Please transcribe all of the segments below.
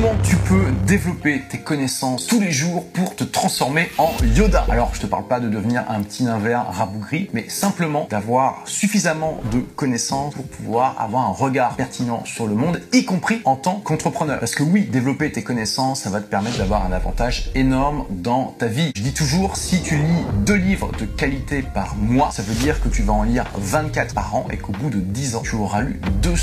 Comment tu peux développer tes connaissances tous les jours pour te transformer en Yoda? Alors, je te parle pas de devenir un petit nain vert rabougri, mais simplement d'avoir suffisamment de connaissances pour pouvoir avoir un regard pertinent sur le monde, y compris en tant qu'entrepreneur. Parce que oui, développer tes connaissances, ça va te permettre d'avoir un avantage énorme dans ta vie. Je dis toujours, si tu lis 2 livres de qualité par mois, ça veut dire que tu vas en lire 24 par an et qu'au bout de 10 ans, tu auras lu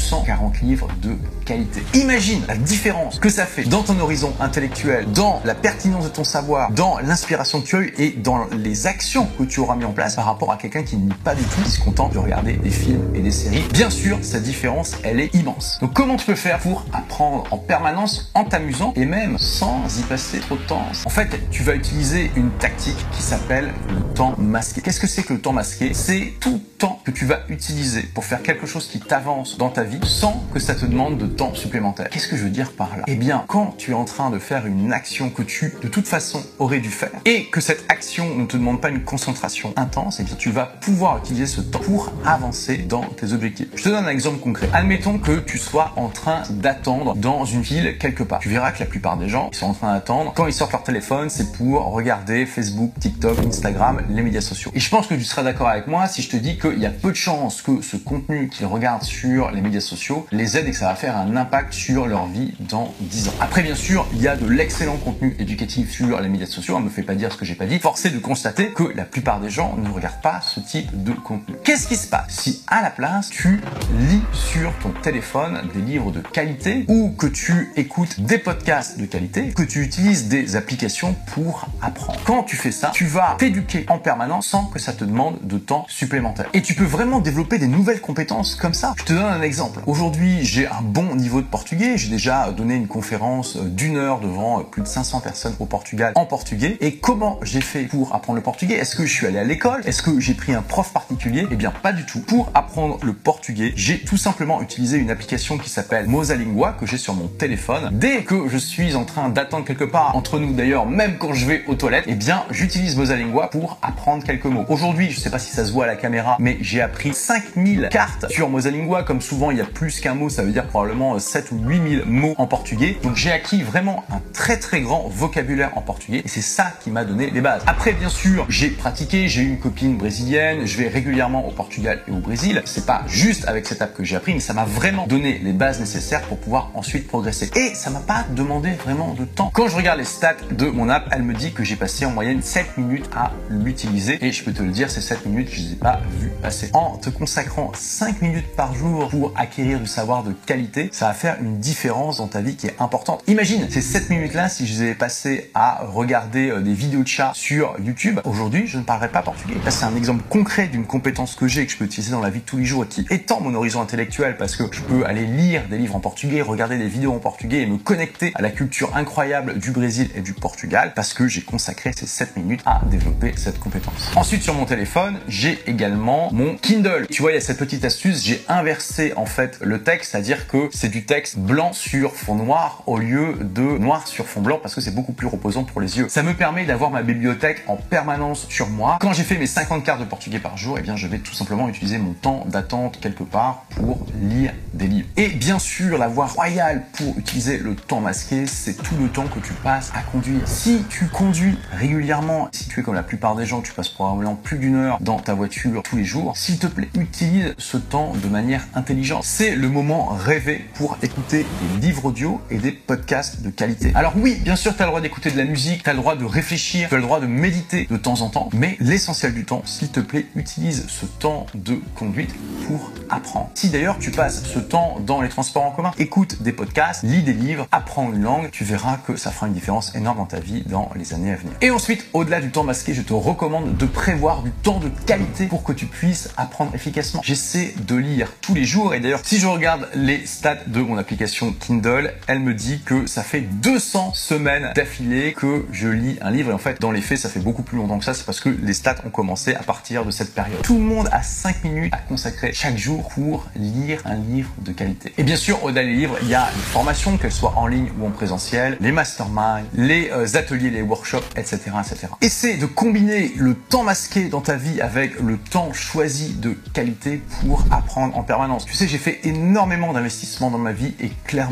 240 livres de qualité. Imagine la différence que ça fait dans ton horizon intellectuel, dans la pertinence de ton savoir, dans l'inspiration que tu as eue et dans les actions que tu auras mis en place par rapport à quelqu'un qui ne lit pas du tout, qui se contente de regarder des films et des séries. Bien sûr, cette différence, elle est immense. Donc comment tu peux faire pour apprendre en permanence en t'amusant et même sans y passer trop de temps? En fait, tu vas utiliser une tactique qui s'appelle le temps masqué. Qu'est-ce que c'est que le temps masqué? C'est tout temps que tu vas utiliser pour faire quelque chose qui t'avance dans ta vie sans que ça te demande de temps supplémentaire. Qu'est-ce que je veux dire par là? Eh bien, quand tu es en train de faire une action que tu, de toute façon, aurais dû faire et que cette action ne te demande pas une concentration intense, eh bien, tu vas pouvoir utiliser ce temps pour avancer dans tes objectifs. Je te donne un exemple concret. Admettons que tu sois en train d'attendre dans une ville quelque part. Tu verras que la plupart des gens, ils sont en train d'attendre. Quand ils sortent leur téléphone, c'est pour regarder Facebook, TikTok, Instagram, les médias sociaux. Et je pense que tu seras d'accord avec moi si je te dis qu'il y a peu de chances que ce contenu qu'ils regardent sur les médias sociaux les aide et que ça va faire un impact sur leur vie dans 10 ans. Après, bien sûr, il y a de l'excellent contenu éducatif sur les médias sociaux. Ne me fais pas dire ce que j'ai pas dit. Force est de constater que la plupart des gens ne regardent pas ce type de contenu. Qu'est-ce qui se passe si à la place, tu lis sur ton téléphone des livres de qualité ou que tu écoutes des podcasts de qualité, que tu utilises des applications pour apprendre? Quand tu fais ça, tu vas t'éduquer en permanence sans que ça te demande de temps supplémentaire. Et tu peux vraiment développer des nouvelles compétences comme ça. Je te donne un exemple. Aujourd'hui, j'ai un bon niveau de portugais. J'ai déjà donné une conférence d'1 heure devant plus de 500 personnes au Portugal en portugais. Et comment j'ai fait pour apprendre le portugais? Est-ce que je suis allé à l'école? Est-ce que j'ai pris un prof particulier? Eh bien, pas du tout. Pour apprendre le portugais, j'ai tout simplement utilisé une application qui s'appelle Mosalingua que j'ai sur mon téléphone. Dès que je suis en train d'attendre quelque part, entre nous d'ailleurs, même quand je vais aux toilettes, eh bien, j'utilise Mosalingua pour apprendre quelques mots. Aujourd'hui, je sais pas si ça se voit à la caméra, mais j'ai appris 5000 cartes sur Mosalingua. Comme souvent, il y a plus qu'un mot, ça veut dire probablement 7 ou 8000 mots en portugais. Donc j'ai acquis vraiment un très grand vocabulaire en portugais et c'est ça qui m'a donné les bases. Après, bien sûr, j'ai pratiqué, j'ai eu une copine brésilienne, je vais régulièrement au Portugal et au Brésil. C'est pas juste avec cette app que j'ai appris, mais ça m'a vraiment donné les bases nécessaires pour pouvoir ensuite progresser. Et ça m'a pas demandé vraiment de temps. Quand je regarde les stats de mon app, elle me dit que j'ai passé en moyenne 7 minutes à l'utiliser et je peux te le dire, ces 7 minutes, je les ai pas vues passer. En te consacrant 5 minutes par jour pour acquérir du savoir de qualité, ça va faire une différence dans ta vie qui est importante. Imagine ces 7 minutes-là, si je les avais passées à regarder des vidéos de chats sur YouTube, aujourd'hui, je ne parlerais pas portugais. Là, c'est un exemple concret d'une compétence que j'ai, que je peux utiliser dans la vie de tous les jours et qui étend mon horizon intellectuel parce que je peux aller lire des livres en portugais, regarder des vidéos en portugais et me connecter à la culture incroyable du Brésil et du Portugal parce que j'ai consacré ces 7 minutes à développer cette compétence. Ensuite, sur mon téléphone, j'ai également mon Kindle. Tu vois, il y a cette petite astuce, j'ai inversé en fait le texte, c'est-à-dire que c'est du texte blanc sur fond noir au lieu de noir sur fond blanc parce que c'est beaucoup plus reposant pour les yeux. Ça me permet d'avoir ma bibliothèque en permanence sur moi. Quand j'ai fait mes 50 cartes de portugais par jour, eh bien je vais tout simplement utiliser mon temps d'attente quelque part pour lire des livres. Et bien sûr, la voie royale pour utiliser le temps masqué, c'est tout le temps que tu passes à conduire. Si tu conduis régulièrement, si tu es comme la plupart des gens, tu passes probablement plus d'1 heure dans ta voiture tous les jours, s'il te plaît, utilise ce temps de manière intelligente. C'est le moment rêvé pour écouter des livres audio et des podcasts de qualité. Alors oui, bien sûr, tu as le droit d'écouter de la musique, tu as le droit de réfléchir, tu as le droit de méditer de temps en temps, mais l'essentiel du temps, s'il te plaît, utilise ce temps de conduite pour apprendre. Si d'ailleurs tu passes ce temps dans les transports en commun, écoute des podcasts, lis des livres, apprends une langue, tu verras que ça fera une différence énorme dans ta vie dans les années à venir. Et ensuite, au-delà du temps masqué, je te recommande de prévoir du temps de qualité pour que tu puisses apprendre efficacement. J'essaie de lire tous les jours et d'ailleurs, si je regarde les stats de mon application Kindle, elle me dit que ça fait 200 semaines d'affilée que je lis un livre et en fait, dans les faits, ça fait beaucoup plus longtemps que ça, c'est parce que les stats ont commencé à partir de cette période. Tout le monde a 5 minutes à consacrer chaque jour pour lire un livre de qualité. Et bien sûr, au-delà des livres, il y a les formations, qu'elles soient en ligne ou en présentiel, les masterminds, les ateliers, les workshops, etc., etc. Essaie de combiner le temps masqué dans ta vie avec le temps choisi de qualité pour apprendre en permanence. Tu sais, j'ai fait énormément d'investissements dans ma vie et clairement,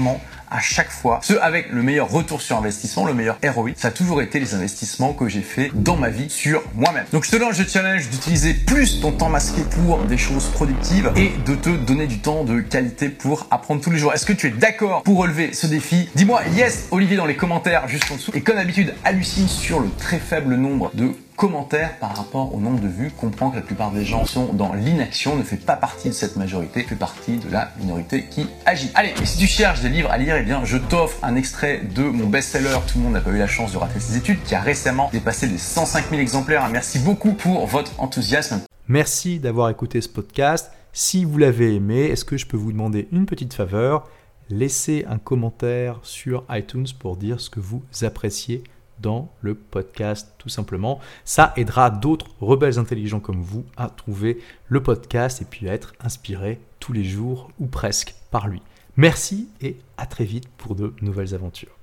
à chaque fois, ceux avec le meilleur retour sur investissement, le meilleur ROI. Ça a toujours été les investissements que j'ai fait dans ma vie sur moi-même. Donc je te lance le challenge d'utiliser plus ton temps masqué pour des choses productives et de te donner du temps de qualité pour apprendre tous les jours. Est-ce que tu es d'accord pour relever ce défi? Dis-moi yes Olivier dans les commentaires juste en dessous. Et comme d'habitude, hallucine sur le très faible nombre de commentaires par rapport au nombre de vues. Comprends que la plupart des gens sont dans l'inaction, ne fait pas partie de cette majorité, fait partie de la minorité qui agit. Allez, et si tu cherches des livres à lire, eh bien je t'offre un extrait de mon best-seller Tout le monde n'a pas eu la chance de rater ses études, qui a récemment dépassé les 105 000 exemplaires. Merci beaucoup pour votre enthousiasme. Merci d'avoir écouté ce podcast. Si vous l'avez aimé, est-ce que je peux vous demander une petite faveur? Laissez un commentaire sur iTunes pour dire ce que vous appréciez dans le podcast, tout simplement. Ça aidera d'autres rebelles intelligents comme vous à trouver le podcast et puis à être inspirés tous les jours ou presque par lui. Merci et à très vite pour de nouvelles aventures.